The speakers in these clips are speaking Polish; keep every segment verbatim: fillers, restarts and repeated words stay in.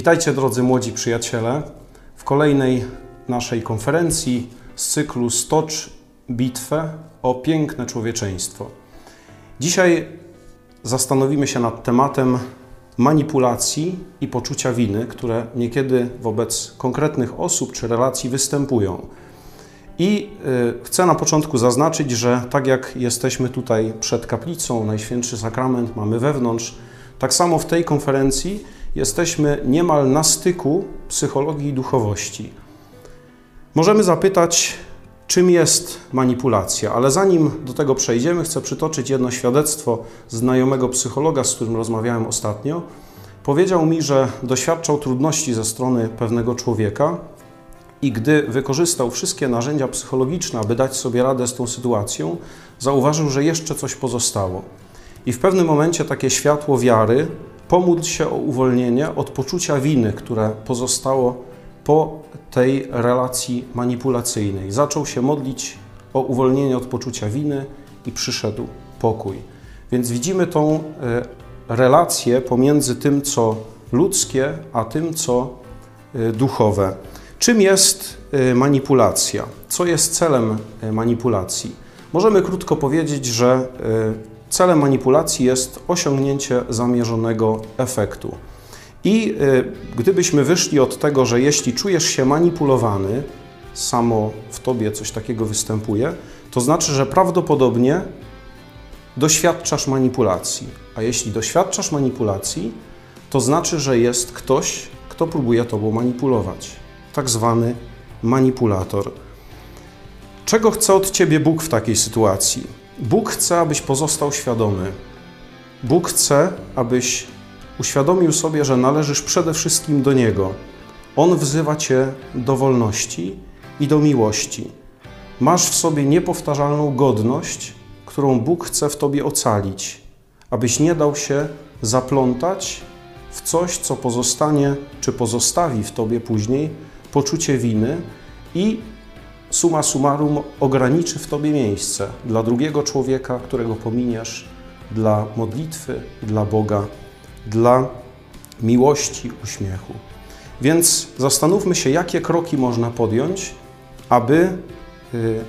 Witajcie, drodzy młodzi przyjaciele, w kolejnej naszej konferencji z cyklu Stocz bitwę o piękne człowieczeństwo. Dzisiaj zastanowimy się nad tematem manipulacji i poczucia winy, które niekiedy wobec konkretnych osób czy relacji występują. I y, chcę na początku zaznaczyć, że tak jak jesteśmy tutaj przed kaplicą, Najświętszy Sakrament mamy wewnątrz, tak samo w tej konferencji jesteśmy niemal na styku psychologii i duchowości. Możemy zapytać, czym jest manipulacja, ale zanim do tego przejdziemy, chcę przytoczyć jedno świadectwo znajomego psychologa, z którym rozmawiałem ostatnio. Powiedział mi, że doświadczał trudności ze strony pewnego człowieka i gdy wykorzystał wszystkie narzędzia psychologiczne, aby dać sobie radę z tą sytuacją, zauważył, że jeszcze coś pozostało. I w pewnym momencie takie światło wiary pomódl się o uwolnienie od poczucia winy, które pozostało po tej relacji manipulacyjnej. Zaczął się modlić o uwolnienie od poczucia winy i przyszedł pokój. Więc widzimy tą relację pomiędzy tym, co ludzkie, a tym, co duchowe. Czym jest manipulacja? Co jest celem manipulacji? Możemy krótko powiedzieć, że celem manipulacji jest osiągnięcie zamierzonego efektu. I y, gdybyśmy wyszli od tego, że jeśli czujesz się manipulowany, samo w tobie coś takiego występuje, to znaczy, że prawdopodobnie doświadczasz manipulacji. A jeśli doświadczasz manipulacji, to znaczy, że jest ktoś, kto próbuje tobą manipulować. Tak zwany manipulator. Czego chce od ciebie Bóg w takiej sytuacji? Bóg chce, abyś pozostał świadomy. Bóg chce, abyś uświadomił sobie, że należysz przede wszystkim do Niego. On wzywa cię do wolności i do miłości. Masz w sobie niepowtarzalną godność, którą Bóg chce w tobie ocalić, abyś nie dał się zaplątać w coś, co pozostanie, czy pozostawi w tobie później poczucie winy i summa summarum ograniczy w tobie miejsce dla drugiego człowieka, którego pominiesz, dla modlitwy, dla Boga, dla miłości, uśmiechu. Więc zastanówmy się, jakie kroki można podjąć, aby y,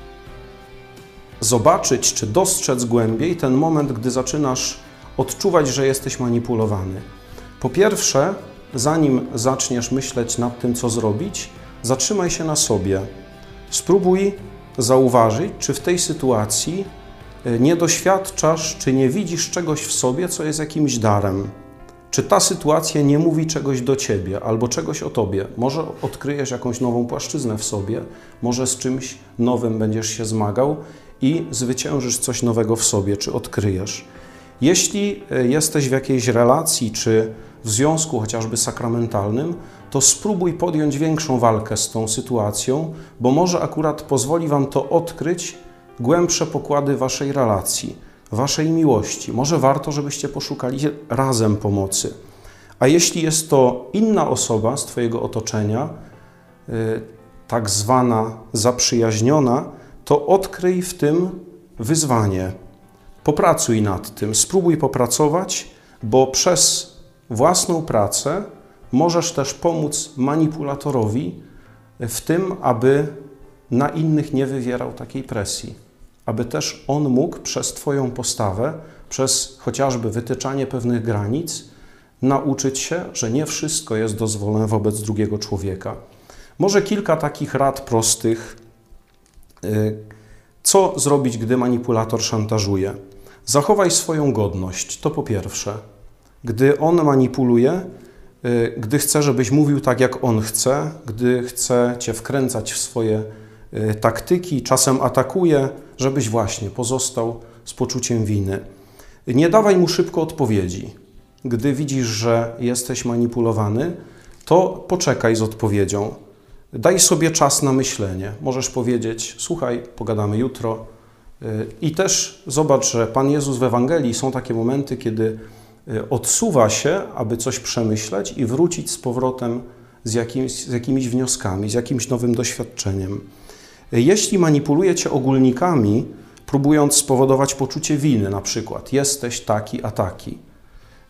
zobaczyć czy dostrzec głębiej ten moment, gdy zaczynasz odczuwać, że jesteś manipulowany. Po pierwsze, zanim zaczniesz myśleć nad tym, co zrobić, zatrzymaj się na sobie. Spróbuj zauważyć, czy w tej sytuacji nie doświadczasz, czy nie widzisz czegoś w sobie, co jest jakimś darem. Czy ta sytuacja nie mówi czegoś do ciebie albo czegoś o tobie. Może odkryjesz jakąś nową płaszczyznę w sobie, może z czymś nowym będziesz się zmagał i zwyciężysz coś nowego w sobie, czy odkryjesz. Jeśli jesteś w jakiejś relacji, czy w związku chociażby sakramentalnym, to spróbuj podjąć większą walkę z tą sytuacją, bo może akurat pozwoli wam to odkryć głębsze pokłady waszej relacji, waszej miłości. Może warto, żebyście poszukali razem pomocy. A jeśli jest to inna osoba z twojego otoczenia, tak zwana zaprzyjaźniona, to odkryj w tym wyzwanie. Popracuj nad tym, spróbuj popracować, bo przez własną pracę możesz też pomóc manipulatorowi w tym, aby na innych nie wywierał takiej presji. Aby też on mógł przez twoją postawę, przez chociażby wytyczanie pewnych granic, nauczyć się, że nie wszystko jest dozwolone wobec drugiego człowieka. Może kilka takich rad prostych. Co zrobić, gdy manipulator szantażuje? Zachowaj swoją godność, to po pierwsze. Gdy on manipuluje, gdy chce, żebyś mówił tak, jak on chce, gdy chce cię wkręcać w swoje taktyki, czasem atakuje, żebyś właśnie pozostał z poczuciem winy. Nie dawaj mu szybko odpowiedzi. Gdy widzisz, że jesteś manipulowany, to poczekaj z odpowiedzią. Daj sobie czas na myślenie. Możesz powiedzieć, słuchaj, pogadamy jutro. I też zobacz, że Pan Jezus w Ewangelii są takie momenty, kiedy odsuwa się, aby coś przemyśleć i wrócić z powrotem z, jakimś, z jakimiś wnioskami, z jakimś nowym doświadczeniem. Jeśli manipuluje cię ogólnikami, próbując spowodować poczucie winy, na przykład jesteś taki, a taki,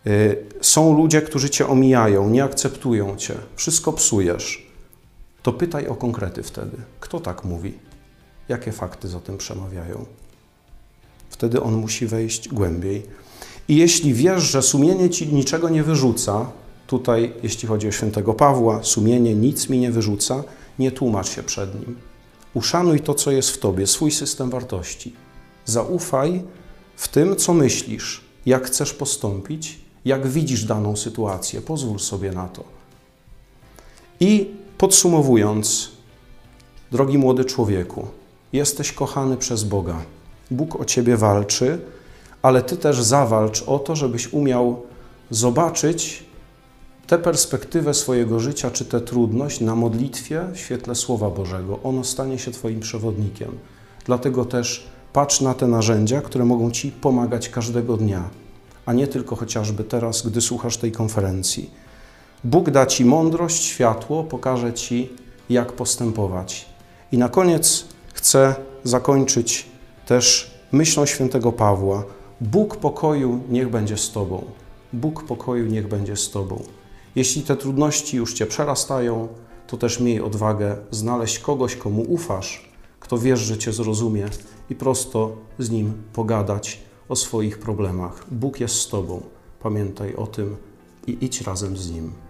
Są ludzie, którzy cię omijają, nie akceptują cię, wszystko psujesz. To pytaj o konkrety wtedy. Kto tak mówi? Jakie fakty za tym przemawiają? Wtedy on musi wejść głębiej. I jeśli wiesz, że sumienie ci niczego nie wyrzuca, tutaj, jeśli chodzi o świętego Pawła, sumienie nic mi nie wyrzuca, nie tłumacz się przed nim. Uszanuj to, co jest w tobie, swój system wartości. Zaufaj w tym, co myślisz, jak chcesz postąpić, jak widzisz daną sytuację. Pozwól sobie na to. I podsumowując, drogi młody człowieku, jesteś kochany przez Boga. Bóg o ciebie walczy, ale ty też zawalcz o to, żebyś umiał zobaczyć tę perspektywę swojego życia, czy tę trudność na modlitwie w świetle Słowa Bożego. Ono stanie się twoim przewodnikiem. Dlatego też patrz na te narzędzia, które mogą ci pomagać każdego dnia, a nie tylko chociażby teraz, gdy słuchasz tej konferencji. Bóg da ci mądrość, światło, pokaże ci, jak postępować. I na koniec chcę zakończyć też myślą świętego Pawła. Bóg pokoju niech będzie z tobą. Bóg pokoju niech będzie z tobą. Jeśli te trudności już cię przerastają, to też miej odwagę znaleźć kogoś, komu ufasz, kto wiesz, że cię zrozumie i prosto z nim pogadać o swoich problemach. Bóg jest z tobą. Pamiętaj o tym i idź razem z nim.